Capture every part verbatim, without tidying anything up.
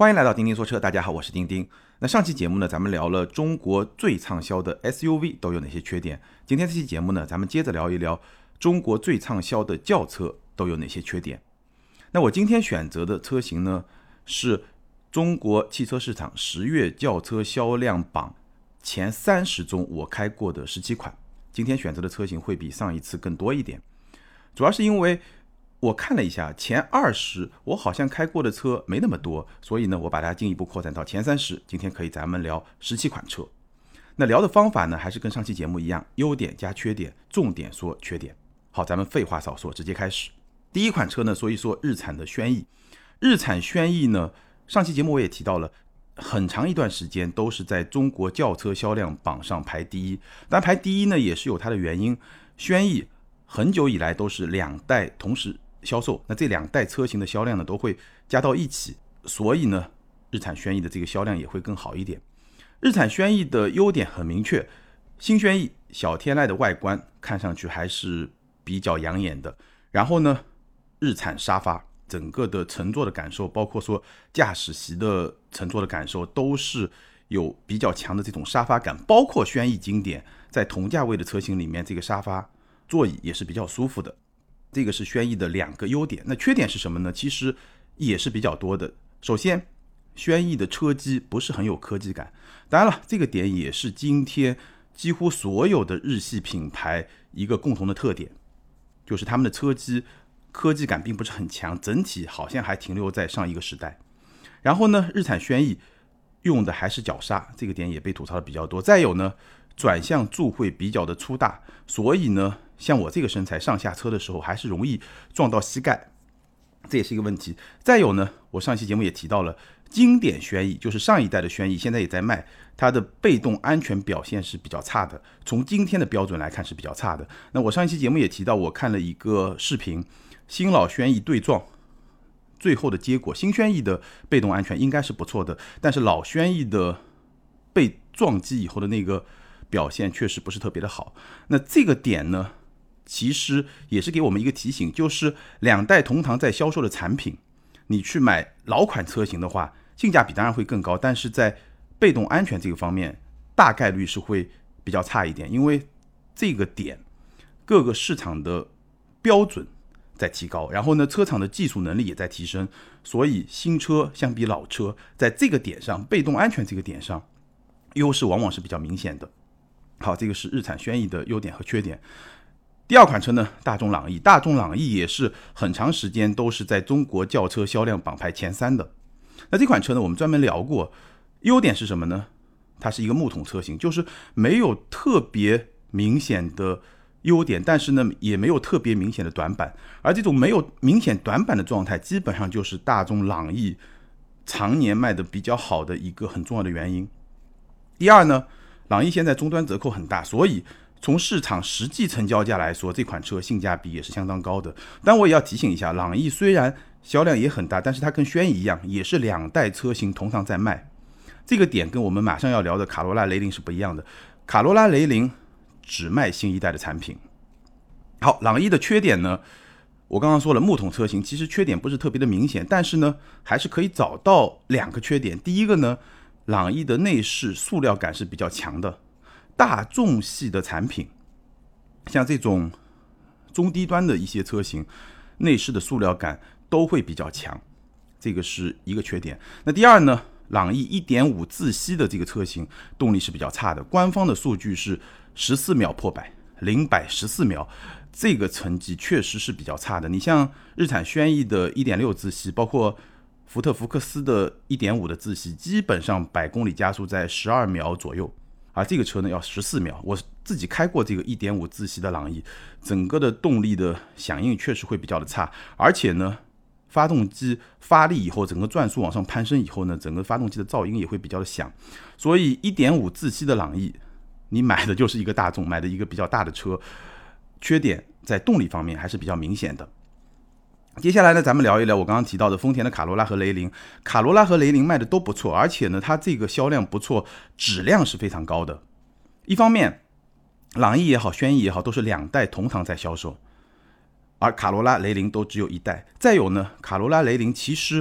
欢迎来到钉钉说车，大家好，我是钉钉。那上期节目呢，咱们聊了中国最畅销的 S U V 都有哪些缺点。今天这期节目呢，咱们接着聊一聊中国最畅销的轿车都有哪些缺点。那我今天选择的车型呢，是中国汽车市场十月轿车销量榜前三十中我开过的十七款。今天选择的车型会比上一次更多一点，主要是因为我看了一下前二十我好像开过的车没那么多，所以呢我把它进一步扩展到前三十。今天可以咱们聊十七款车。那聊的方法呢，还是跟上期节目一样，优点加缺点，重点说缺点。好，咱们废话少说，直接开始。第一款车呢，说一说日产的轩逸。日产轩逸呢，上期节目我也提到了，很长一段时间都是在中国轿车销量榜上排第一。但排第一呢，也是有它的原因。轩逸很久以来都是两代同时销售，那这两代车型的销量呢都会加到一起，所以呢日产轩逸的这个销量也会更好一点。日产轩逸的优点很明确，新轩逸小天籁的外观看上去还是比较养眼的，然后呢日产沙发整个的乘坐的感受，包括说驾驶席的乘坐的感受，都是有比较强的这种沙发感，包括轩逸经典在同价位的车型里面，这个沙发座椅也是比较舒服的。这个是轩逸的两个优点。那缺点是什么呢？其实也是比较多的。首先，轩逸的车机不是很有科技感，当然了，这个点也是今天几乎所有的日系品牌一个共同的特点，就是他们的车机科技感并不是很强，整体好像还停留在上一个时代。然后呢，日产轩逸用的还是脚刹，这个点也被吐槽的比较多。再有呢，转向柱会比较的粗大，所以呢像我这个身材上下车的时候还是容易撞到膝盖，这也是一个问题。再有呢，我上期节目也提到了，经典轩逸就是上一代的轩逸现在也在卖，它的被动安全表现是比较差的，从今天的标准来看是比较差的。那我上一期节目也提到，我看了一个视频，新老轩逸对撞最后的结果，新轩逸的被动安全应该是不错的，但是老轩逸的被撞击以后的那个表现确实不是特别的好。那这个点呢，其实也是给我们一个提醒，就是两代同堂在销售的产品，你去买老款车型的话，性价比当然会更高，但是在被动安全这个方面大概率是会比较差一点，因为这个点各个市场的标准在提高，然后呢车厂的技术能力也在提升，所以新车相比老车在这个点上，被动安全这个点上优势往往是比较明显的。好，这个是日产轩逸的优点和缺点。第二款车呢，大众朗逸。大众朗逸也是很长时间都是在中国轿车销量榜排前三的。那这款车呢，我们专门聊过，优点是什么呢？它是一个木桶车型，就是没有特别明显的优点，但是呢也没有特别明显的短板，而这种没有明显短板的状态，基本上就是大众朗逸常年卖的比较好的一个很重要的原因。第二呢，朗逸现在终端折扣很大，所以从市场实际成交价来说，这款车性价比也是相当高的。但我也要提醒一下，朗逸虽然销量也很大，但是它跟轩逸一样，也是两代车型同堂在卖。这个点跟我们马上要聊的卡罗拉雷凌是不一样的。卡罗拉雷凌只卖新一代的产品。好，朗逸的缺点呢，我刚刚说了，木桶车型其实缺点不是特别的明显，但是呢还是可以找到两个缺点。第一个呢，朗逸的内饰塑料感是比较强的，大众系的产品像这种中低端的一些车型，内饰的塑料感都会比较强，这个是一个缺点。那第二呢，朗逸 一点五 自吸的这个车型动力是比较差的，官方的数据是十四秒破百，零百十四秒，这个成绩确实是比较差的。你像日产轩逸的 一点六 自吸，包括福特福克斯的 一点五 的自吸，基本上百公里加速在十二秒左右，而这个车呢要十四秒。我自己开过这个 一点五 自吸的朗逸，整个的动力的响应确实会比较的差，而且呢发动机发力以后，整个转速往上攀升以后呢，整个发动机的噪音也会比较的响。所以 一点五 自吸的朗逸，你买的就是一个大众，买的一个比较大的车，缺点在动力方面还是比较明显的。接下来呢，咱们聊一聊我刚刚提到的丰田的卡罗拉和雷凌。卡罗拉和雷凌卖的都不错，而且呢它这个销量不错，质量是非常高的。一方面朗逸也好，轩逸也好，都是两代同堂在销售，而卡罗拉雷凌都只有一代。再有呢，卡罗拉雷凌其实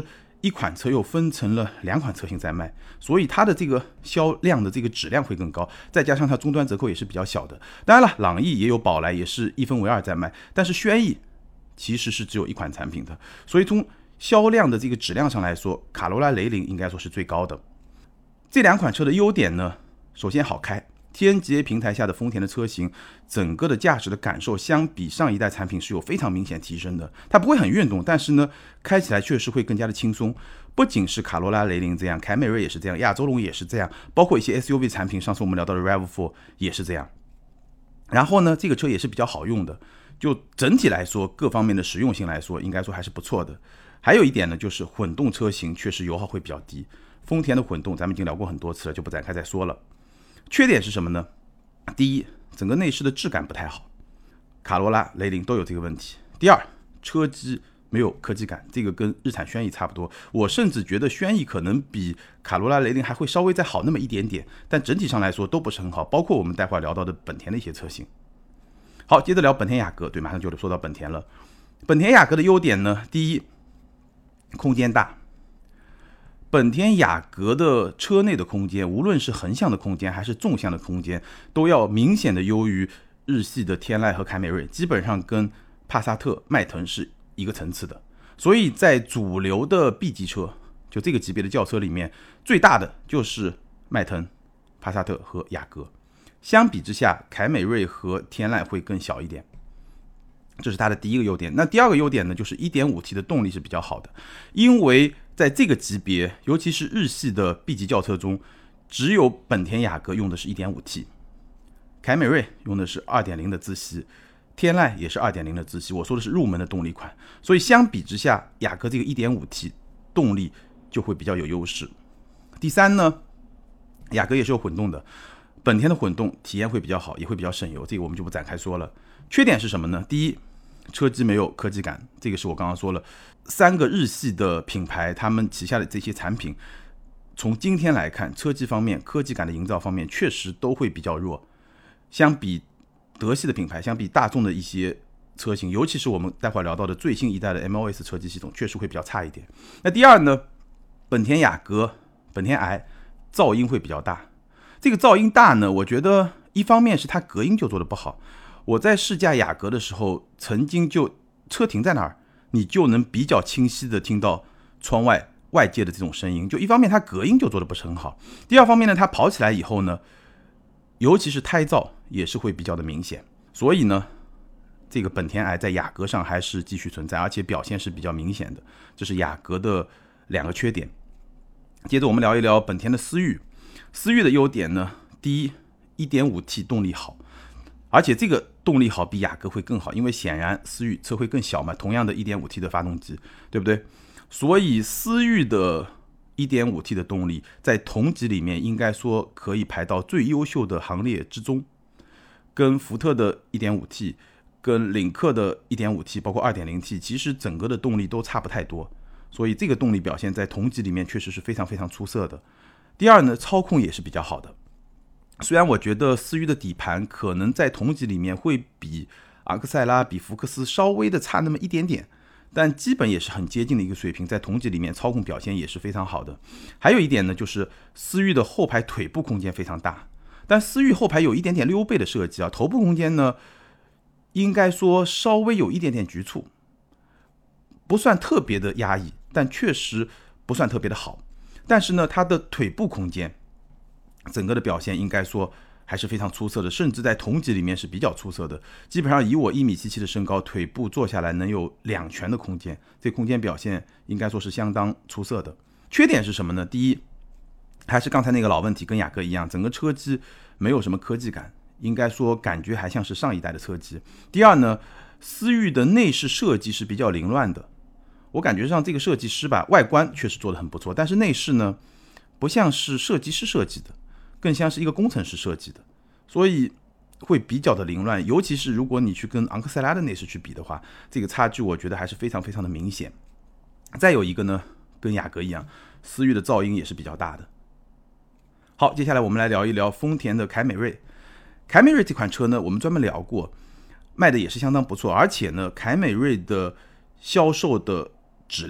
一款车又分成了两款车型在卖，所以它的这个销量的这个质量会更高，再加上它终端折扣也是比较小的。当然了，朗逸也有宝来，也是一分为二在卖，但是轩逸其实是只有一款产品的，所以从销量的这个质量上来说，卡罗拉雷凌应该说是最高的。这两款车的优点呢，首先好开。T N G A 平台下的丰田的车型，整个的驾驶的感受相比上一代产品是有非常明显提升的。它不会很运动，但是呢，开起来确实会更加的轻松。不仅是卡罗拉雷凌这样，凯美瑞也是这样，亚洲龙也是这样，包括一些 S U V 产品，上次我们聊到的 R A V 四 也是这样。然后呢，这个车也是比较好用的，就整体来说，各方面的实用性来说，应该说还是不错的。还有一点呢，就是混动车型确实油耗会比较低。丰田的混动咱们已经聊过很多次了，就不展开再说了。缺点是什么呢？第一，整个内饰的质感不太好，卡罗拉、雷凌都有这个问题。第二，车机没有科技感，这个跟日产轩逸差不多。我甚至觉得轩逸可能比卡罗拉、雷凌还会稍微再好那么一点点，但整体上来说都不是很好。包括我们待会儿聊到的本田的一些车型。好，接着聊本田雅阁，对，马上就说到本田了。本田雅阁的优点呢，第一，空间大。本田雅阁的车内的空间，无论是横向的空间还是纵向的空间，都要明显的优于日系的天籁和凯美瑞，基本上跟帕萨特、迈腾是一个层次的。所以在主流的 B 级车，就这个级别的轿车里面，最大的就是迈腾、帕萨特和雅阁。相比之下，凯美瑞和天籁会更小一点，这是它的第一个优点。那第二个优点呢，就是 一点五 T 的动力是比较好的，因为在这个级别，尤其是日系的 B 级轿车中，只有本田雅阁用的是 一点五 T， 凯美瑞用的是 二点零 的自吸，天籁也是 二点零 的自吸，我说的是入门的动力款。所以相比之下，雅阁这个 一点五 T 动力就会比较有优势。第三呢，雅阁也是有混动的，本田的混动体验会比较好，也会比较省油，这个我们就不展开说了。缺点是什么呢？第一，车机没有科技感，这个是我刚刚说了，三个日系的品牌，他们旗下的这些产品，从今天来看，车机方面、科技感的营造方面，确实都会比较弱。相比德系的品牌，相比大众的一些车型，尤其是我们待会儿聊到的最新一代的 M O S 车机系统，确实会比较差一点。那第二呢，本田雅阁、本田 i 噪音会比较大。这个噪音大呢，我觉得一方面是它隔音就做得不好。我在试驾雅阁的时候，曾经就车停在那儿，你就能比较清晰的听到窗外外界的这种声音。就一方面它隔音就做得不是很好，第二方面呢，它跑起来以后呢，尤其是胎噪也是会比较的明显。所以呢，这个本田 i 在雅阁上还是继续存在，而且表现是比较明显的，这是雅阁的两个缺点。接着我们聊一聊本田的思域。思域的优点呢，第一 一点五 T 动力好，而且这个动力好比雅阁会更好，因为显然思域车会更小嘛，同样的 一点五 T 的发动机，对不对？所以思域的 一点五 T 的动力在同级里面应该说可以排到最优秀的行列之中，跟福特的 一点五 T 跟领克的 一点五 T 包括 二点零 T 其实整个的动力都差不太多，所以这个动力表现在同级里面确实是非常非常出色的。第二呢，操控也是比较好的。虽然我觉得思域的底盘可能在同级里面会比昂克赛拉、比福克斯稍微的差那么一点点，但基本也是很接近的一个水平，在同级里面操控表现也是非常好的。还有一点呢，就是思域的后排腿部空间非常大，但思域后排有一点点溜背的设计啊，头部空间呢，应该说稍微有一点点局促，不算特别的压抑，但确实不算特别的好。但是呢，它的腿部空间整个的表现应该说还是非常出色的，甚至在同级里面是比较出色的。基本上以我一米七七的身高，腿部坐下来能有两拳的空间，这空间表现应该说是相当出色的。缺点是什么呢？第一，还是刚才那个老问题，跟雅阁一样，整个车机没有什么科技感，应该说感觉还像是上一代的车机。第二呢，思域的内饰设计是比较凌乱的，我感觉上这个设计师吧，外观确实做得很不错，但是内饰呢，不像是设计师设计的，更像是一个工程师设计的，所以会比较的凌乱。尤其是如果你去跟昂克赛拉的内饰去比的话，这个差距我觉得还是非常非常的明显。再有一个呢，跟雅阁一样，思域的噪音也是比较大的。好，接下来我们来聊一聊丰田的凯美瑞。凯美瑞这款车呢，我们专门聊过，卖的也是相当不错，而且呢，凯美瑞的销售的质量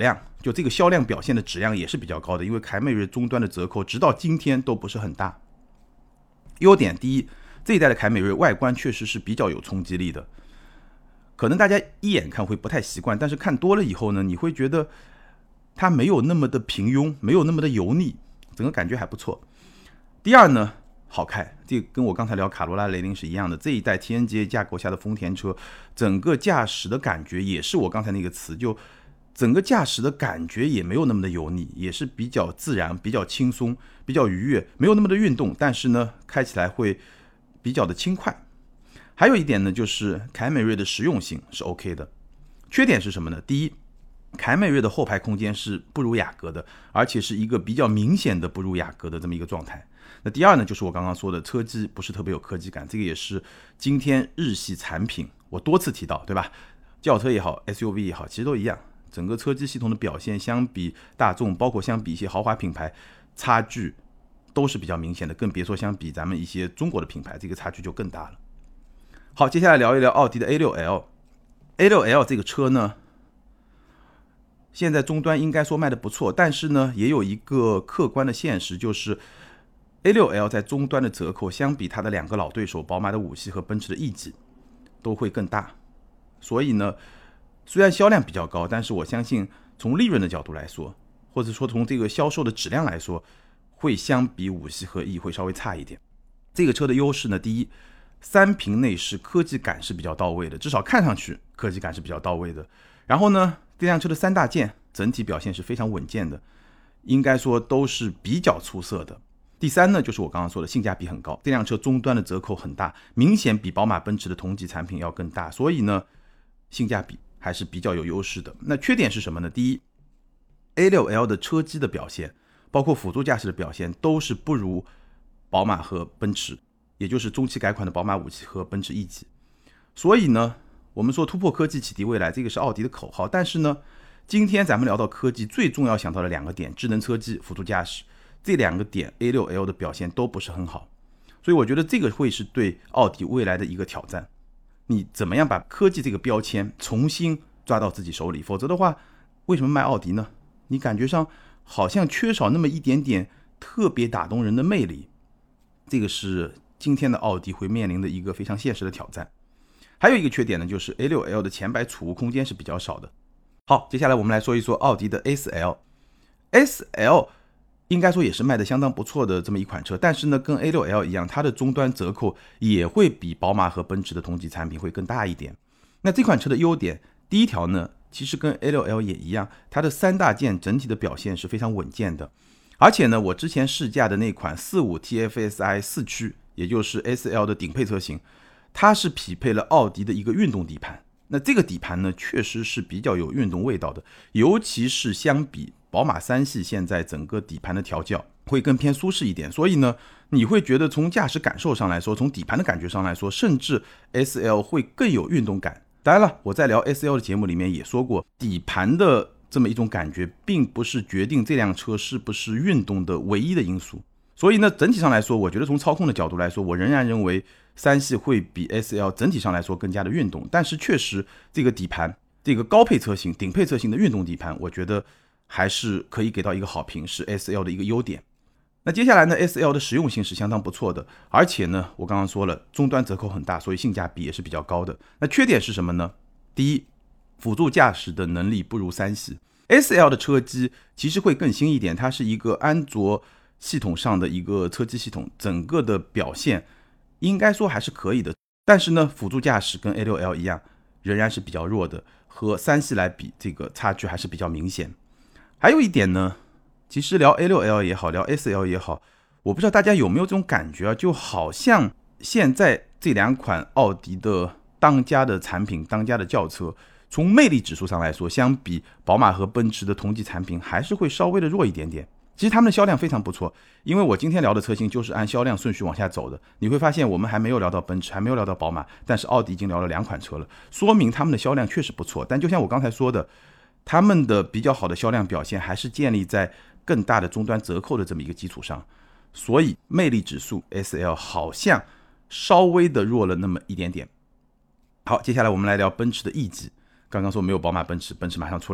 就这个销量表现的质量也是比较高的，因为凯美瑞终端的折扣直到今天都不是很大。优点第一，这一代的凯美瑞外观确实是比较有冲击力的，可能大家一眼看会不太习惯，但是看多了以后呢，你会觉得它没有那么的平庸，没有那么的油腻，整个感觉还不错。第二呢，好开，这个跟我刚才聊卡罗拉雷凌是一样的，这一代 T N G A 架构下的丰田车，整个驾驶的感觉也是我刚才那个词，就整个驾驶的感觉也没有那么的油腻，也是比较自然，比较轻松，比较愉悦，没有那么的运动，但是呢，开起来会比较的轻快。还有一点呢，就是凯美瑞的实用性是 OK 的。缺点是什么呢？第一，凯美瑞的后排空间是不如雅阁的，而且是一个比较明显的不如雅阁的这么一个状态。那第二呢，就是我刚刚说的车机不是特别有科技感，这个也是今天日系产品我多次提到，对吧？轿车也好 S U V 也好，其实都一样，整个车机系统的表现相比大众，包括相比一些豪华品牌，差距都是比较明显的，更别说相比咱们一些中国的品牌，这个差距就更大了。好，接下来聊一聊奥迪的 A 六 L。A 六 L 这个车呢，现在终端应该说卖的不错，但是呢，也有一个客观的现实，就是 A 六 L 在终端的折扣相比它的两个老对手宝马的五系和奔驰的 E 级都会更大。所以呢，虽然销量比较高，但是我相信从利润的角度来说，或者说从这个销售的质量来说，会相比五系和 E 会稍微差一点。这个车的优势呢，第一，三屏内饰科技感是比较到位的，至少看上去科技感是比较到位的。然后呢，这辆车的三大件整体表现是非常稳健的，应该说都是比较出色的。第三呢，就是我刚刚说的性价比很高，这辆车终端的折扣很大，明显比宝马奔驰的同级产品要更大，所以呢，性价比还是比较有优势的。那缺点是什么呢？第一， A 六 L 的车机的表现，包括辅助驾驶的表现，都是不如宝马和奔驰，也就是中期改款的宝马五系和奔驰 E 级。所以呢，我们说突破科技启迪未来，这个是奥迪的口号，但是呢，今天咱们聊到科技，最重要想到的两个点，智能车机、辅助驾驶，这两个点 A 六 L 的表现都不是很好，所以我觉得这个会是对奥迪未来的一个挑战。你怎么样把科技这个标签重新抓到自己手里？否则的话，为什么卖奥迪呢？你感觉上好像缺少那么一点点特别打动人的魅力，这个是今天的奥迪会面临的一个非常现实的挑战。还有一个缺点呢，就是 A 六 L 的前排储物空间是比较少的。好，接下来我们来说一说奥迪的 S L。S L 应该说也是卖的相当不错的这么一款车，但是呢，跟 A 六 L 一样，它的终端折扣也会比宝马和奔驰的同级产品会更大一点。那这款车的优点，第一条呢，其实跟 A 六 L 也一样，它的三大件整体的表现是非常稳健的。而且呢，我之前试驾的那款 四五 T F S I 四驱，也就是 S L 的顶配车型，它是匹配了奥迪的一个运动底盘。那这个底盘呢，确实是比较有运动味道的，尤其是相比宝马三系现在整个底盘的调教会更偏舒适一点，所以呢，你会觉得从驾驶感受上来说，从底盘的感觉上来说，甚至 S L 会更有运动感。当然了，我在聊 S L 的节目里面也说过，底盘的这么一种感觉并不是决定这辆车是不是运动的唯一的因素。所以呢，整体上来说，我觉得从操控的角度来说，我仍然认为三系会比 S L 整体上来说更加的运动，但是确实这个底盘，这个高配车型、顶配车型的运动底盘，我觉得还是可以给到一个好评，是 S L 的一个优点。那接下来呢 ，S L 的实用性是相当不错的，而且呢，我刚刚说了，终端折扣很大，所以性价比也是比较高的。那缺点是什么呢？第一，辅助驾驶的能力不如三系。S L 的车机其实会更新一点，它是一个安卓系统上的一个车机系统，整个的表现应该说还是可以的。但是呢，辅助驾驶跟 A 六 L 一样，仍然是比较弱的，和三系来比，这个差距还是比较明显。还有一点呢，其实聊 A 六 L 也好，聊 S L 也好，我不知道大家有没有这种感觉啊，就好像现在这两款奥迪的当家的产品、当家的轿车，从魅力指数上来说，相比宝马和奔驰的同级产品，还是会稍微的弱一点点。其实他们的销量非常不错，因为我今天聊的车型就是按销量顺序往下走的。你会发现我们还没有聊到奔驰，还没有聊到宝马，但是奥迪已经聊了两款车了，说明他们的销量确实不错。但就像我刚才说的，他们的比较好的销量表现还是建立在更大的终端折扣的这么一个基础上，所以魅力指数 S L 好像稍微的弱了那么一点点。好，接下来我们来聊奔驰的 E 级。刚刚说没有宝马奔驰，奔驰马上出来了。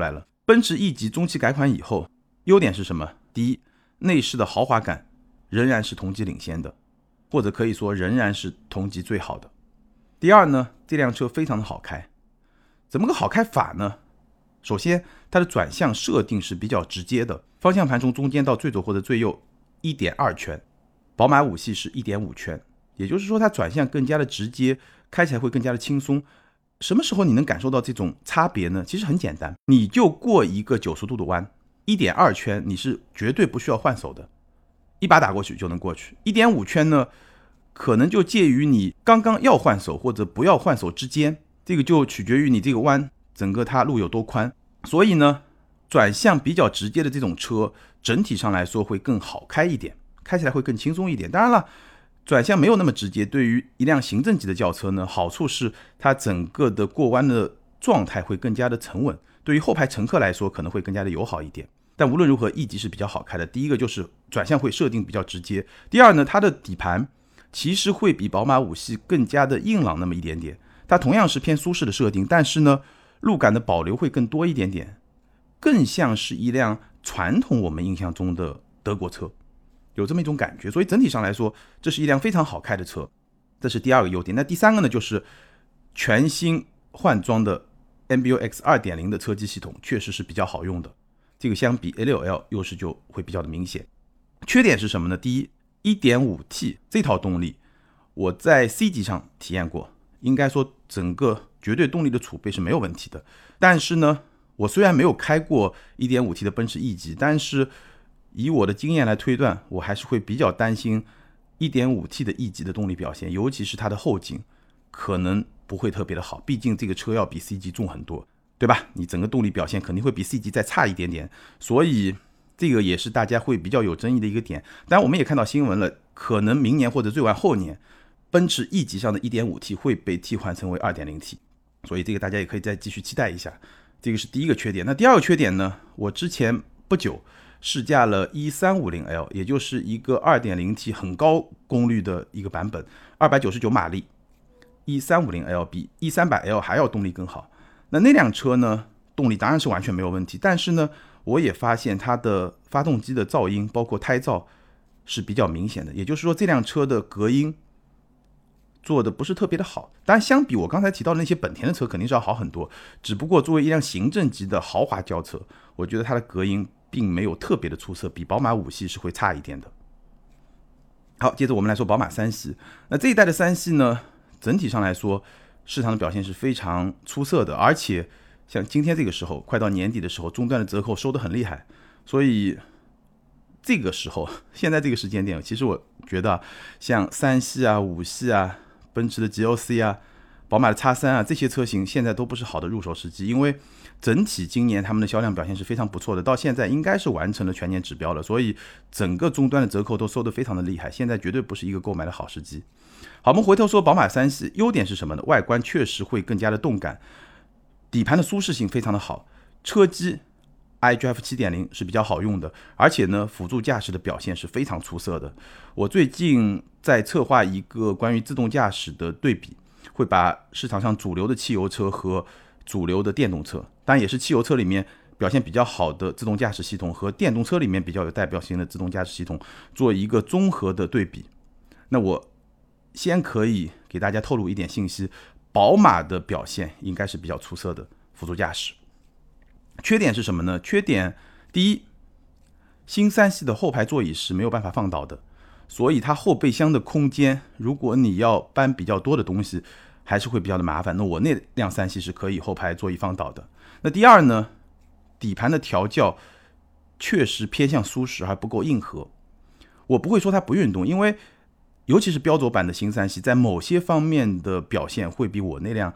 奔驰 E 级中期改款以后，优点是什么？第一，内饰的豪华感仍然是同级领先的，或者可以说仍然是同级最好的。第二呢，这辆车非常的好开。怎么个好开法呢？首先，它的转向设定是比较直接的，方向盘从中间到最左或者最右 一点二 圈，宝马五系是 一点五 圈，也就是说它转向更加的直接，开起来会更加的轻松。什么时候你能感受到这种差别呢？其实很简单，你就过一个九十度的弯， 一点二 圈你是绝对不需要换手的，一把打过去就能过去。 一点五 圈呢，可能就介于你刚刚要换手或者不要换手之间，这个就取决于你这个弯整个它路有多宽。所以呢，转向比较直接的这种车整体上来说会更好开一点，开起来会更轻松一点。当然了，转向没有那么直接，对于一辆行政级的轿车呢，好处是它整个的过弯的状态会更加的沉稳，对于后排乘客来说可能会更加的友好一点。但无论如何 E 级是比较好开的。第一个就是转向会设定比较直接，第二呢，它的底盘其实会比宝马五系更加的硬朗那么一点点。它同样是偏舒适的设定，但是呢，路感的保留会更多一点点，更像是一辆传统我们印象中的德国车，有这么一种感觉。所以整体上来说，这是一辆非常好开的车，这是第二个优点。那第三个呢，就是全新换装的 M B U X 二点零 的车机系统确实是比较好用的，这个相比 A 六 L 优势就会比较的明显。缺点是什么呢？第一， 一点五 T 这套动力我在 C 级上体验过，应该说整个绝对动力的储备是没有问题的。但是呢，我虽然没有开过 一点五 T 的奔驰 E 级，但是以我的经验来推断，我还是会比较担心 一点五 T 的 E 级的动力表现，尤其是它的后劲可能不会特别的好，毕竟这个车要比 C 级重很多，对吧？你整个动力表现肯定会比 C 级再差一点点，所以这个也是大家会比较有争议的一个点。当然我们也看到新闻了，可能明年或者最晚后年，奔驰 E 级上的 一点五 T 会被替换成为 二点零 T， 所以这个大家也可以再继续期待一下。这个是第一个缺点。那第二个缺点呢，我之前不久试驾了 一三五零 L， 也就是一个 二点零 T 很高功率的一个版本，二百九十九马力， 一三五零 L 比 一三百 L 还要动力更好。那那辆车呢，动力当然是完全没有问题，但是呢，我也发现它的发动机的噪音包括胎噪是比较明显的，也就是说这辆车的隔音做的不是特别的好。当然相比我刚才提到的那些本田的车肯定是要好很多，只不过作为一辆行政级的豪华轿车，我觉得它的隔音并没有特别的出色，比宝马五系是会差一点的。好，接着我们来说宝马三系。那这一代的三系呢，整体上来说市场的表现是非常出色的，而且像今天这个时候快到年底的时候，终端的折扣收得很厉害，所以这个时候现在这个时间点，其实我觉得像三系啊、五系啊、奔驰的 G L C 啊、宝马的 X 三 啊，这些车型现在都不是好的入手时机，因为整体今年他们的销量表现是非常不错的，到现在应该是完成了全年指标了，所以整个终端的折扣都收得非常的厉害，现在绝对不是一个购买的好时机。好，我们回头说宝马三系，优点是什么呢？外观确实会更加的动感，底盘的舒适性非常的好，车机 i G F 七点零 是比较好用的，而且呢，辅助驾驶的表现是非常出色的。我最近在策划一个关于自动驾驶的对比，会把市场上主流的汽油车和主流的电动车，当然也是汽油车里面表现比较好的自动驾驶系统和电动车里面比较有代表性的自动驾驶系统做一个综合的对比。那我先可以给大家透露一点信息，宝马的表现应该是比较出色的辅助驾驶。缺点是什么呢？缺点第一，新三系的后排座椅是没有办法放倒的，所以它后备箱的空间，如果你要搬比较多的东西，还是会比较的麻烦。那我那辆三系是可以后排座椅放倒的。那第二呢，底盘的调教确实偏向舒适，还不够硬核。我不会说它不运动，因为尤其是标轴版的新三系，在某些方面的表现会比我那辆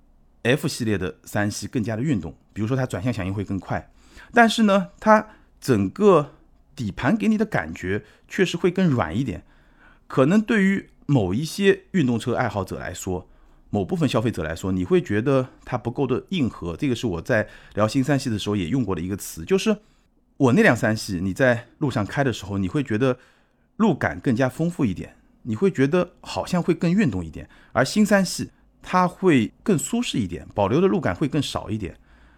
F 系列的三系更加的运动，比如说它转向响应会更快，但是呢，它整个底盘给你的感觉确实会更软一点。可能对于某一些运动车爱好者来说，某部分消费者来说，你会觉得它不够的硬核。这个是我在聊新三系的时候也用过的一个词，就是我那辆三系，你在路上开的时候，你会觉得路感更加丰富一点，你会觉得好像会更运动一点，而新三系它会更舒适一点，保留的路感会更少一点。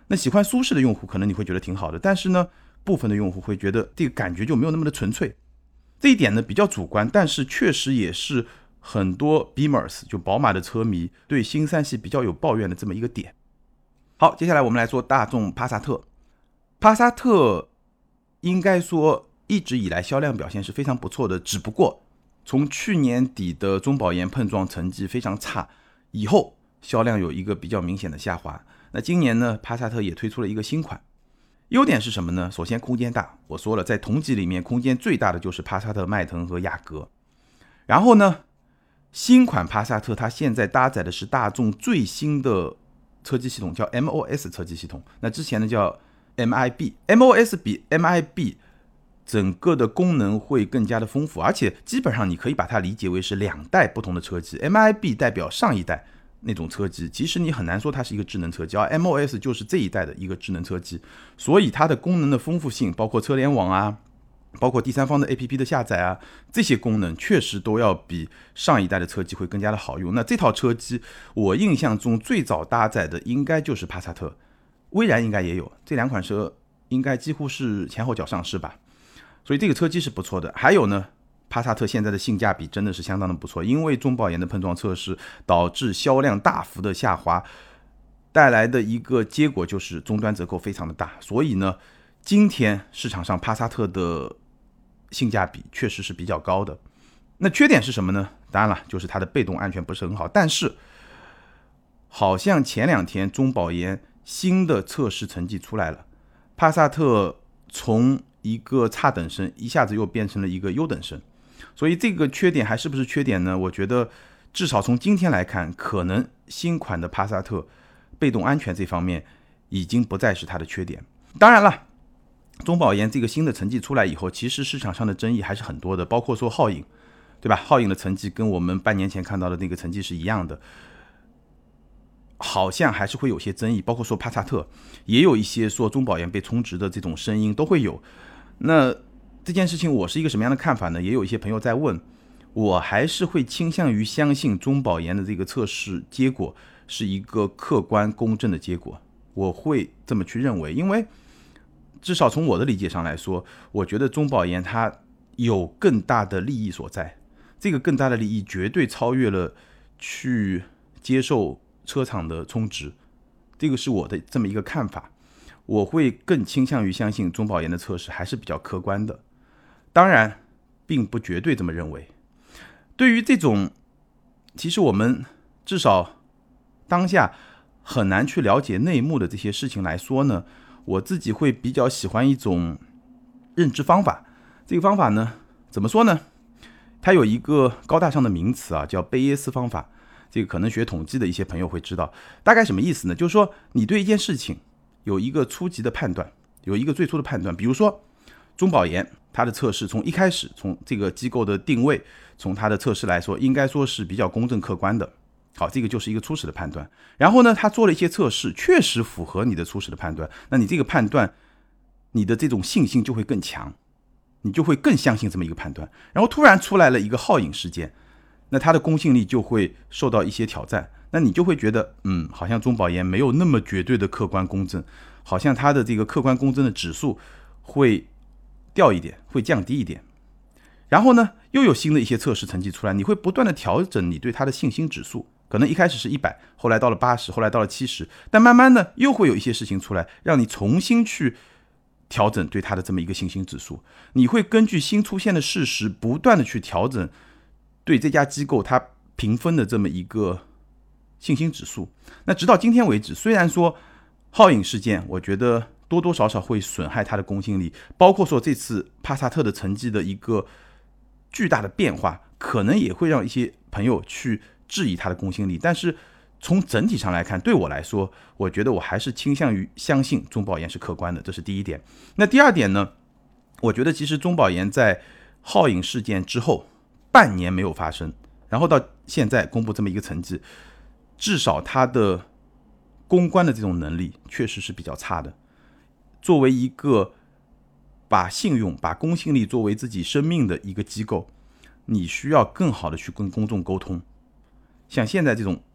那喜欢舒适的用户可能你会觉得挺好的，但是呢，部分的用户会觉得这个感觉就没有那么的纯粹。这一点呢比较主观，但是确实也是很多 Beamers 就宝马的车迷对新三系比较有抱怨的这么一个点。好，接下来我们来说大众帕萨特。帕萨特应该说一直以来销量表现是非常不错的，只不过从去年底的中保研碰撞成绩非常差以后，销量有一个比较明显的下滑。那今年呢，帕萨特也推出了一个新款，优点是什么呢？首先空间大，我说了，在同级里面空间最大的就是帕萨特、迈腾和雅阁。然后呢，新款帕萨特它现在搭载的是大众最新的车机系统，叫 M O S 车机系统。那之前呢叫 M I B，M O S 比 M I B 整个的功能会更加的丰富，而且基本上你可以把它理解为是两代不同的车机。 M I B 代表上一代那种车机，其实你很难说它是一个智能车机，而 M O S 就是这一代的一个智能车机，所以它的功能的丰富性，包括车联网啊，包括第三方的 A P P 的下载啊，这些功能确实都要比上一代的车机会更加的好用。那这套车机我印象中最早搭载的应该就是帕萨特，蔚然应该也有，这两款车应该几乎是前后脚上市吧，所以这个车机是不错的。还有呢，帕萨特现在的性价比真的是相当的不错，因为中保研的碰撞测试导致销量大幅的下滑，带来的一个结果就是终端折扣非常的大，所以呢，今天市场上帕萨特的性价比确实是比较高的。那缺点是什么呢？当然了，就是它的被动安全不是很好，但是好像前两天中保研新的测试成绩出来了，帕萨特从一个差等生一下子又变成了一个优等生，所以这个缺点还是不是缺点呢？我觉得至少从今天来看，可能新款的帕萨特被动安全这方面已经不再是它的缺点。当然了，中保研这个新的成绩出来以后，其实市场上的争议还是很多的，包括说皓影，对吧？皓影的成绩跟我们半年前看到的那个成绩是一样的，好像还是会有些争议，包括说帕萨特也有一些说中保研被充值的这种声音都会有。那这件事情我是一个什么样的看法呢？也有一些朋友在问，我还是会倾向于相信中保研的这个测试结果是一个客观公正的结果，我会这么去认为。因为至少从我的理解上来说，我觉得中保研它有更大的利益所在，这个更大的利益绝对超越了去接受车厂的充值，这个是我的这么一个看法。我会更倾向于相信中保研的测试还是比较客观的，当然并不绝对这么认为。对于这种其实我们至少当下很难去了解内幕的这些事情来说呢，我自己会比较喜欢一种认知方法。这个方法呢，怎么说呢？它有一个高大上的名词啊，叫贝耶斯方法。这个可能学统计的一些朋友会知道，大概什么意思呢？就是说你对一件事情有一个初级的判断，有一个最初的判断。比如说中保研它的测试从一开始，从这个机构的定位，从它的测试来说，应该说是比较公正客观的。好，这个就是一个初始的判断。然后呢，他做了一些测试，确实符合你的初始的判断，那你这个判断，你的这种信心就会更强，你就会更相信这么一个判断。然后突然出来了一个皓影事件，那它的公信力就会受到一些挑战，那你就会觉得，嗯，好像中保研没有那么绝对的客观公正，好像它的这个客观公正的指数会掉一点，会降低一点。然后呢，又有新的一些测试成绩出来，你会不断的调整你对它的信心指数，可能一开始是一百，后来到了八十，后来到了七十，但慢慢的又会有一些事情出来，让你重新去调整对它的这么一个信心指数。你会根据新出现的事实，不断的去调整对这家机构它评分的这么一个信心指数。那直到今天为止，虽然说皓影事件，我觉得多多少少会损害它的公信力，包括说这次帕萨特的成绩的一个巨大的变化，可能也会让一些朋友去质疑它的公信力。但是从整体上来看，对我来说，我觉得我还是倾向于相信中保研是客观的，这是第一点。那第二点呢，我觉得其实中保研在皓影事件之后半年没有发生，然后到现在公布这么一个成绩，至少它的公关的这种能力确实是比较差的。作为一个把信用、把公信力作为自己生命的一个机构，你需要更好的去跟公众沟通。像现在这种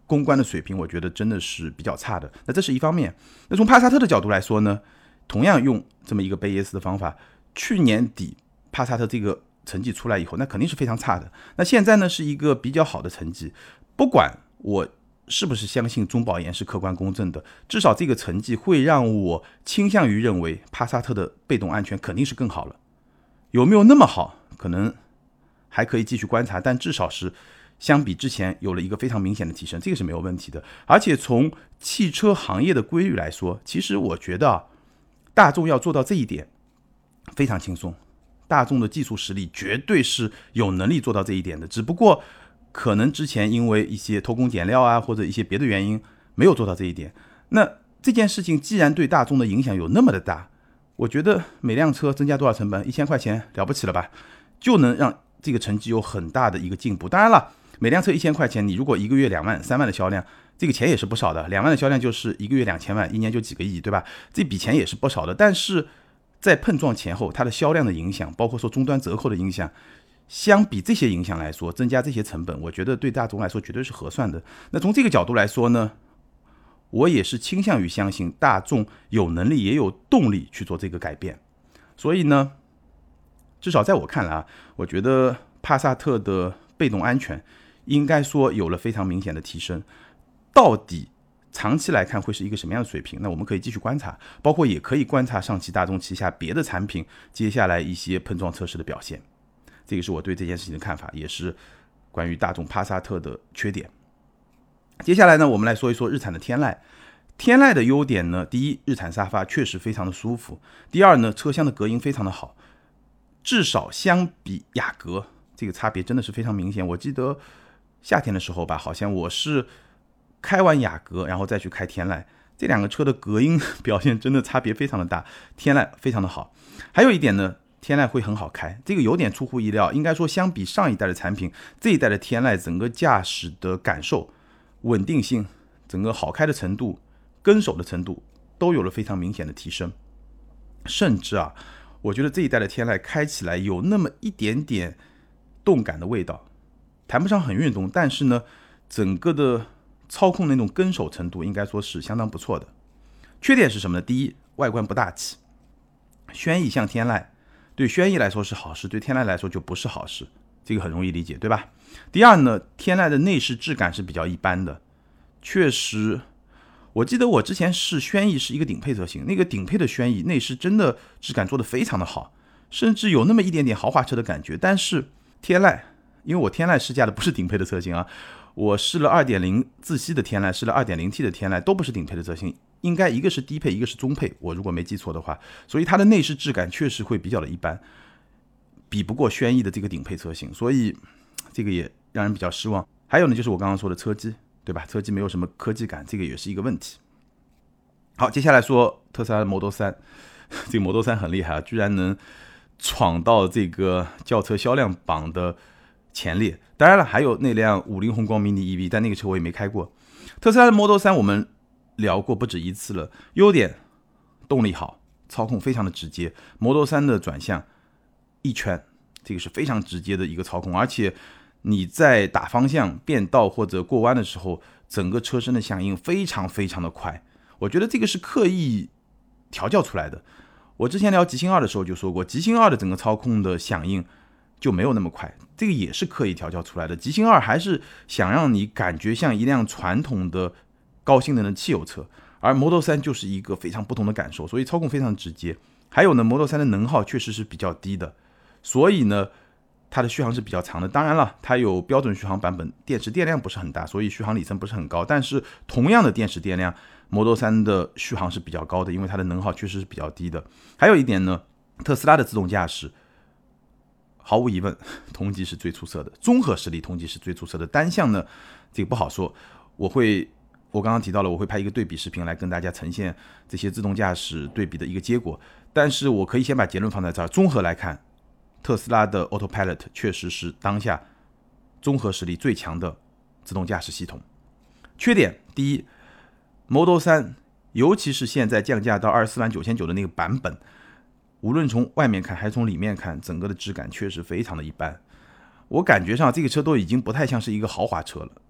公关的水平，我觉得真的是比较差的。那这是一方面。那从帕萨特的角度来说呢，同样用这么一个贝叶斯的方法，去年底帕萨特这个成绩出来以后，那肯定是非常差的。那现在呢是一个比较好的成绩，不管我是不是相信中保研是客观公正的，至少这个成绩会让我倾向于认为帕萨特的被动安全肯定是更好了。有没有那么好，可能还可以继续观察，但至少是相比之前有了一个非常明显的提升，这个是没有问题的。而且从汽车行业的规律来说，其实我觉得啊，大众要做到这一点非常轻松，大众的技术实力绝对是有能力做到这一点的，只不过可能之前因为一些偷工减料啊，或者一些别的原因没有做到这一点。那这件事情既然对大众的影响有那么的大，我觉得每辆车增加多少成本，一千块钱了不起了吧，就能让这个成绩有很大的一个进步。当然了，每辆车一千块钱，你如果一个月两万、三万的销量，这个钱也是不少的。两万的销量就是一个月两千万，一年就几个亿，对吧？这笔钱也是不少的。但是在碰撞前后，它的销量的影响，包括说终端折扣的影响，相比这些影响来说，增加这些成本，我觉得对大众来说绝对是合算的。那从这个角度来说呢，我也是倾向于相信大众有能力也有动力去做这个改变。所以呢，至少在我看来啊，我觉得帕萨特的被动安全应该说有了非常明显的提升。到底长期来看会是一个什么样的水平，那我们可以继续观察，包括也可以观察上汽大众旗下别的产品接下来一些碰撞测试的表现。这个是我对这件事情的看法，也是关于大众帕萨特的缺点。接下来呢，我们来说一说日产的天籁。天籁的优点呢，第一，日产沙发确实非常的舒服；第二呢，车厢的隔音非常的好，至少相比雅阁，这个差别真的是非常明显。我记得夏天的时候吧，好像我是开完雅阁，然后再去开天籁，这两个车的隔音表现真的差别非常的大，天籁非常的好。还有一点呢，天籁会很好开，这个有点出乎意料。应该说相比上一代的产品，这一代的天籁整个驾驶的感受、稳定性、整个好开的程度、跟手的程度都有了非常明显的提升。甚至啊，我觉得这一代的天籁开起来有那么一点点动感的味道，谈不上很运动，但是呢，整个的操控那种跟手程度应该说是相当不错的。缺点是什么呢？第一，外观不大气，轩逸像天籁，对轩逸来说是好事，对天籁来说就不是好事，这个很容易理解，对吧？第二呢，天籁的内饰质感是比较一般的，确实，我记得我之前试轩逸是一个顶配车型，那个顶配的轩逸内饰真的质感做得非常的好，甚至有那么一点点豪华车的感觉。但是天籁，因为我天籁试驾的不是顶配的车型啊，我试了 二点零 自吸的天籁，试了 二点零 T 的天籁，都不是顶配的车型，应该一个是低配，一个是中配，我如果没记错的话，所以它的内饰质感确实会比较的一般，比不过轩逸的这个顶配车型，所以这个也让人比较失望。还有呢，就是我刚刚说的车机，对吧？车机没有什么科技感，这个也是一个问题。好，接下来说特斯拉的 Model 三，这个 Model 三很厉害啊，居然能闯到这个轿车销量榜的前列。当然了，还有那辆五菱宏光 mini E V， 但那个车我也没开过。特斯拉的 Model 三我们聊过不止一次了，优点动力好，操控非常的直接。Model 三的转向一圈，这个是非常直接的一个操控，而且你在打方向、变道或者过弯的时候，整个车身的响应非常非常的快。我觉得这个是刻意调教出来的。我之前聊极星二的时候就说过，极星二的整个操控的响应就没有那么快，这个也是刻意调教出来的。极星二还是想让你感觉像一辆传统的高性能的汽油车，而 Model 三就是一个非常不同的感受，所以操控非常直接。还有呢 Model 三的能耗确实是比较低的，所以呢它的续航是比较长的。当然了，它有标准续航版本，电池电量不是很大，所以续航里程不是很高，但是同样的电池电量 Model 三的续航是比较高的，因为它的能耗确实是比较低的。还有一点呢，特斯拉的自动驾驶毫无疑问同级是最出色的，综合实力同级是最出色的，单项呢这个不好说。我会我刚刚提到了，我会拍一个对比视频来跟大家呈现这些自动驾驶对比的一个结果，但是我可以先把结论放在这儿。综合来看，特斯拉的 Autopilot 确实是当下综合实力最强的自动驾驶系统。缺点，第一， Model 三尤其是现在降价到二十四万九千九的那个版本，无论从外面看还是从里面看，整个的质感确实非常的一般。我感觉上这个车都已经不太像是一个豪华车了，就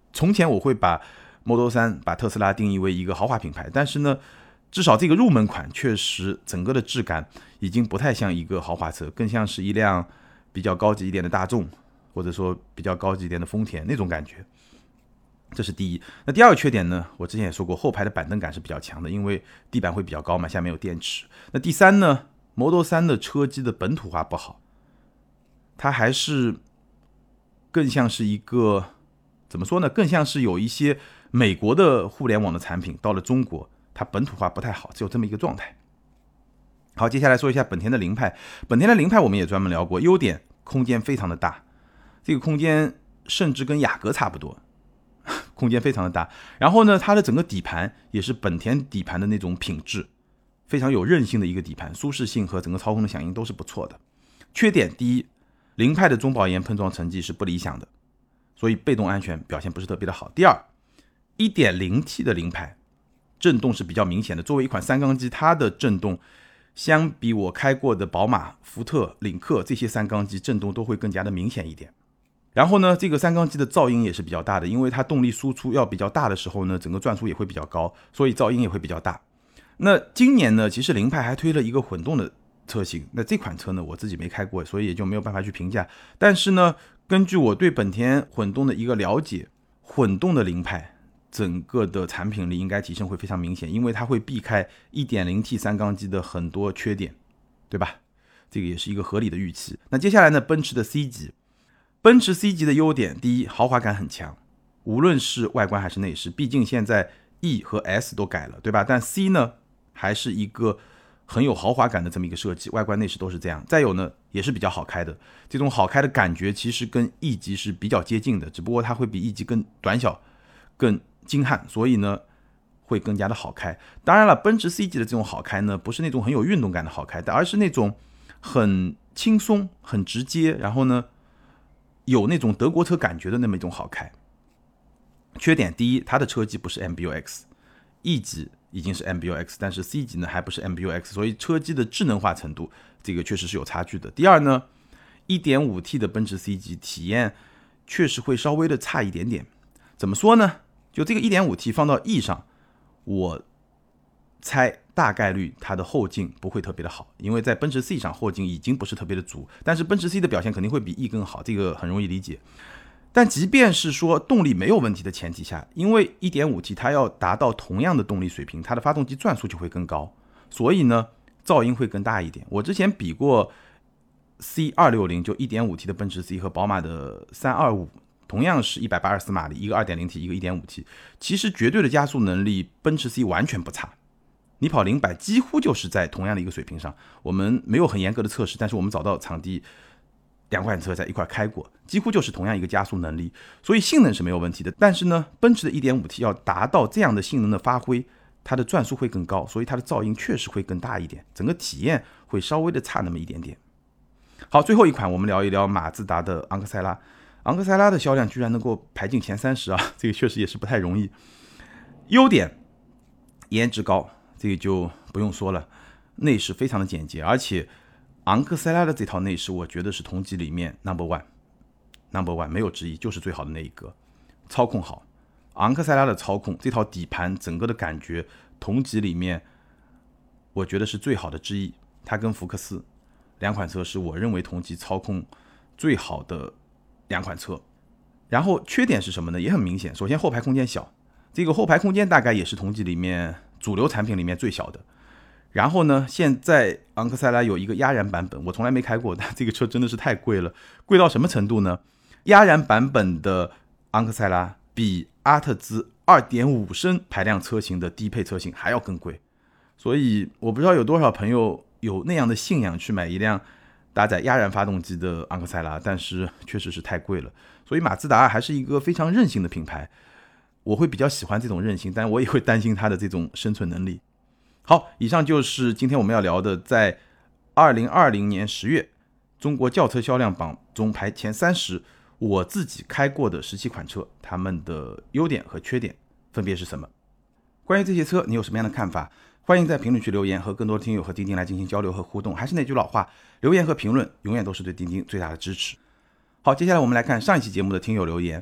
从前我会把 Model 三把特斯拉定义为一个豪华品牌，但是呢至少这个入门款确实整个的质感已经不太像一个豪华车，更像是一辆比较高级一点的大众，或者说比较高级一点的丰田那种感觉。这是第一。那第二个缺点呢，我之前也说过，后排的板凳感是比较强的，因为地板会比较高嘛，下面有电池。那第三呢， Model 三的车机的本土化不好，它还是更像是一个怎么说呢，更像是有一些美国的互联网的产品到了中国，它本土化不太好，只有这么一个状态。好，接下来说一下本田的凌派。本田的凌派我们也专门聊过，优点空间非常的大，这个空间甚至跟雅阁差不多，空间非常的大。然后呢，它的整个底盘也是本田底盘的那种品质，非常有韧性的一个底盘，舒适性和整个操控的响应都是不错的。缺点，第一，凌派的中保研碰撞成绩是不理想的，所以被动安全表现不是特别的好。第二， 一点零 T 的凌派震动是比较明显的，作为一款三缸机，它的震动相比我开过的宝马、福特、领克这些三缸机震动都会更加的明显一点。然后呢，这个三缸机的噪音也是比较大的，因为它动力输出要比较大的时候呢，整个转速也会比较高，所以噪音也会比较大。那今年呢，其实凌派还推了一个混动的车型，那这款车呢我自己没开过，所以也就没有办法去评价。但是呢，根据我对本田混动的一个了解，混动的凌派整个的产品力应该提升会非常明显，因为它会避开 一点零 T 三缸机的很多缺点，对吧？这个也是一个合理的预期。那接下来呢，奔驰的 C 级，奔驰 C 级的优点，第一，豪华感很强，无论是外观还是内饰，毕竟现在 E 和 S 都改了，对吧？但 C 呢还是一个很有豪华感的这么一个设计，外观内饰都是这样。再有呢，也是比较好开的，这种好开的感觉其实跟 E 级是比较接近的，只不过它会比 E 级更短小更精悍，所以呢会更加的好开。当然了，奔驰 C 级的这种好开呢，不是那种很有运动感的好开，而是那种很轻松很直接，然后呢有那种德国车感觉的那么一种好开。缺点，第一，它的车机不是 M B U X， E 级已经是 M B U X， 但是 C 级呢还不是 M B U X， 所以车机的智能化程度这个确实是有差距的。第二呢， 一点五 T 的奔驰 C 级体验确实会稍微的差一点点。怎么说呢，就这个 一点五 T 放到 E 上，我猜大概率它的后劲不会特别的好，因为在奔驰 C 上后劲已经不是特别的足，但是奔驰 C 的表现肯定会比 E 更好，这个很容易理解。但即便是说动力没有问题的前提下，因为 一点五 T 它要达到同样的动力水平，它的发动机转速就会更高，所以呢噪音会更大一点。我之前比过 C 二六零， 就 一点五 T 的奔驰 C 和宝马的三二五，同样是一百八十四马力，一个 二点零 T 一个 一点五 T， 其实绝对的加速能力奔驰 C 完全不差，你跑零百几乎就是在同样的一个水平上。我们没有很严格的测试，但是我们找到场地两款车在一块开过，几乎就是同样一个加速能力，所以性能是没有问题的。但是呢，奔驰的 一点五 T 要达到这样的性能的发挥，它的转速会更高，所以它的噪音确实会更大一点，整个体验会稍微的差那么一点点。好，最后一款我们聊一聊马自达的昂克赛拉。昂克赛拉的销量居然能够排进前三十啊，这个确实也是不太容易。优点，颜值高，这个就不用说了，内饰非常的简洁，而且昂克赛拉的这套内饰我觉得是同级里面 number one number one 没有之一，就是最好的那一个。操控好，昂克赛拉的操控，这套底盘整个的感觉同级里面我觉得是最好的之一。它跟福克斯两款车是我认为同级操控最好的两款车。然后缺点是什么呢？也很明显，首先后排空间小，这个后排空间大概也是同级里面主流产品里面最小的。然后呢，现在昂克赛拉有一个压燃版本，我从来没开过，但这个车真的是太贵了。贵到什么程度呢？压燃版本的昂克赛拉比阿特兹 二点五 升排量车型的低配车型还要更贵。所以我不知道有多少朋友有那样的信仰去买一辆搭载压燃发动机的昂克赛拉，但是确实是太贵了。所以马自达还是一个非常韧性的品牌，我会比较喜欢这种韧性，但我也会担心它的这种生存能力。好，以上就是今天我们要聊的，在二零二零年十月中国轿车销量榜中排前三十，我自己开过的十七款车，它们的优点和缺点分别是什么？关于这些车你有什么样的看法？欢迎在评论区留言，和更多的听友和钉钉来进行交流和互动。还是那句老话，留言和评论永远都是对钉钉最大的支持。好，接下来我们来看上一期节目的听友留言。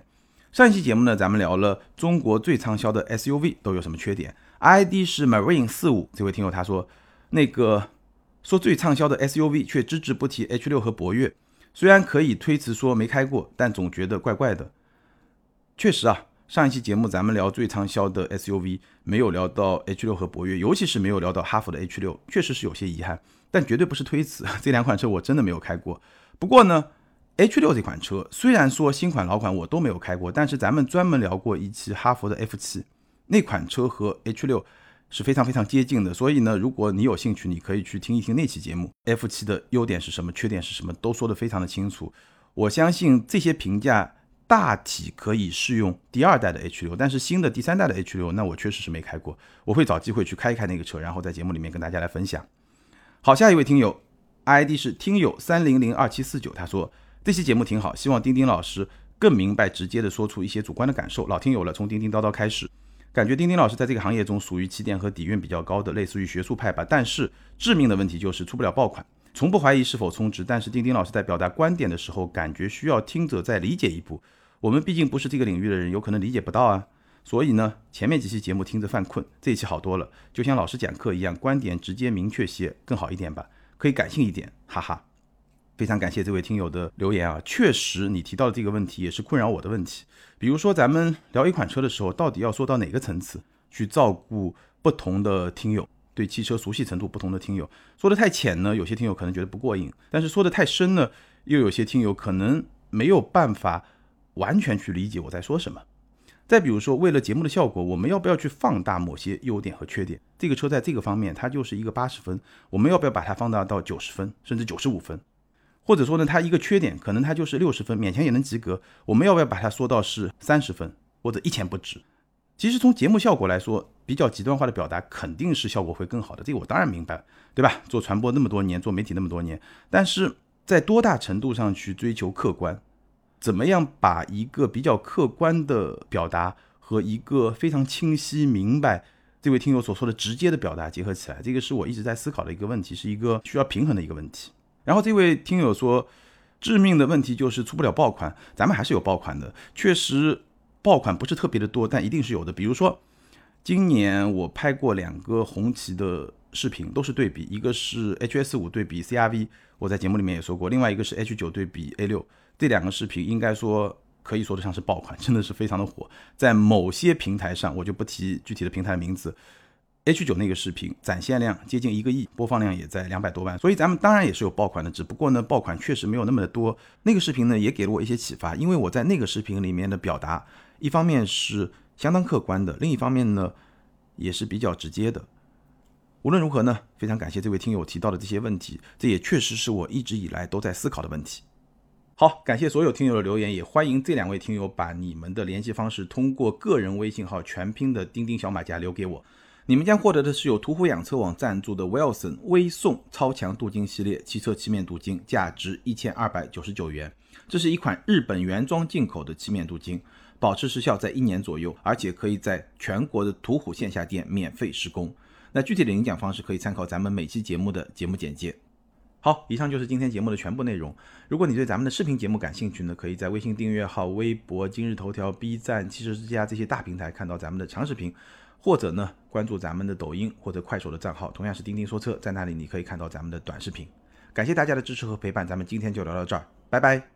上一期节目呢，咱们聊了中国最畅销的 S U V 都有什么缺点。I D 是 Marine 四十五，这位听友他说，那个说最畅销的 S U V 却只字不提 H 六 和博越，虽然可以推辞说没开过，但总觉得怪怪的。确实啊，上一期节目咱们聊最畅销的 S U V， 没有聊到 H 六 和博越，尤其是没有聊到哈弗的 H 六， 确实是有些遗憾，但绝对不是推辞，这两款车我真的没有开过。不过呢H 六 这款车虽然说新款老款我都没有开过，但是咱们专门聊过一期哈弗的 F 七， 那款车和 H 六 是非常非常接近的，所以呢如果你有兴趣，你可以去听一听那期节目， F 七 的优点是什么，缺点是什么，都说得非常的清楚。我相信这些评价大体可以适用第二代的 H 六， 但是新的第三代的 H 六 那我确实是没开过，我会找机会去开一开那个车，然后在节目里面跟大家来分享。好，下一位听友 I D 是听友三零零二七四九，他说这期节目挺好，希望丁丁老师更明白直接的说出一些主观的感受。老听友了，从叮叮叨叨开始，感觉丁丁老师在这个行业中属于起点和底蕴比较高的，类似于学术派吧。但是致命的问题就是出不了爆款，从不怀疑是否充值，但是丁丁老师在表达观点的时候，感觉需要听者再理解一步。我们毕竟不是这个领域的人，有可能理解不到啊。所以呢，前面几期节目听着犯困，这一期好多了，就像老师讲课一样，观点直接明确些更好一点吧，可以感性一点，哈哈。非常感谢这位听友的留言啊，确实你提到的这个问题也是困扰我的问题。比如说咱们聊一款车的时候，到底要说到哪个层次去照顾不同的听友，对汽车熟悉程度不同的听友。说的太浅呢，有些听友可能觉得不过瘾，但是说的太深呢，又有些听友可能没有办法完全去理解我在说什么。再比如说，为了节目的效果，我们要不要去放大某些优点和缺点？这个车在这个方面它就是一个八十分，我们要不要把它放大到九十分甚至九十五分？或者说呢，它一个缺点可能它就是六十分，勉强也能及格，我们要不要把它说到是三十分或者一钱不值？其实从节目效果来说，比较极端化的表达肯定是效果会更好的，这个我当然明白，对吧？做传播那么多年，做媒体那么多年，但是在多大程度上去追求客观，怎么样把一个比较客观的表达和一个非常清晰明白这位听友所说的直接的表达结合起来，这个是我一直在思考的一个问题，是一个需要平衡的一个问题。然后这位听友说，致命的问题就是出不了爆款，咱们还是有爆款的，确实爆款不是特别的多，但一定是有的。比如说今年我拍过两个红旗的视频，都是对比，一个是 H S 五 对比 C R V， 我在节目里面也说过，另外一个是 H 九 对比 A 六， 这两个视频应该说可以说得上是爆款，真的是非常的火。在某些平台上，我就不提具体的平台的名字， H 九 那个视频展现量接近一个亿，播放量也在两百多万，所以咱们当然也是有爆款的，只不过呢爆款确实没有那么的多。那个视频呢也给了我一些启发，因为我在那个视频里面的表达一方面是相当客观的，另一方面呢也是比较直接的。无论如何呢，非常感谢这位听友提到的这些问题，这也确实是我一直以来都在思考的问题。好，感谢所有听友的留言，也欢迎这两位听友把你们的联系方式通过个人微信号全拼的钉钉小马甲留给我，你们将获得的是由途虎养车网赞助的 Wilson 微送超强镀金系列汽车漆面镀金，价值一千二百九十九元。这是一款日本原装进口的漆面镀金，保持时效在一年左右，而且可以在全国的途虎线下店免费施工。那具体的领奖方式可以参考咱们每期节目的节目简介。好，以上就是今天节目的全部内容。如果你对咱们的视频节目感兴趣呢，可以在微信订阅号、微博、今日头条、B 站、汽车之家这些大平台看到咱们的长视频，或者呢关注咱们的抖音或者快手的账号，同样是钉钉说车，在那里你可以看到咱们的短视频。感谢大家的支持和陪伴，咱们今天就聊到这儿，拜拜。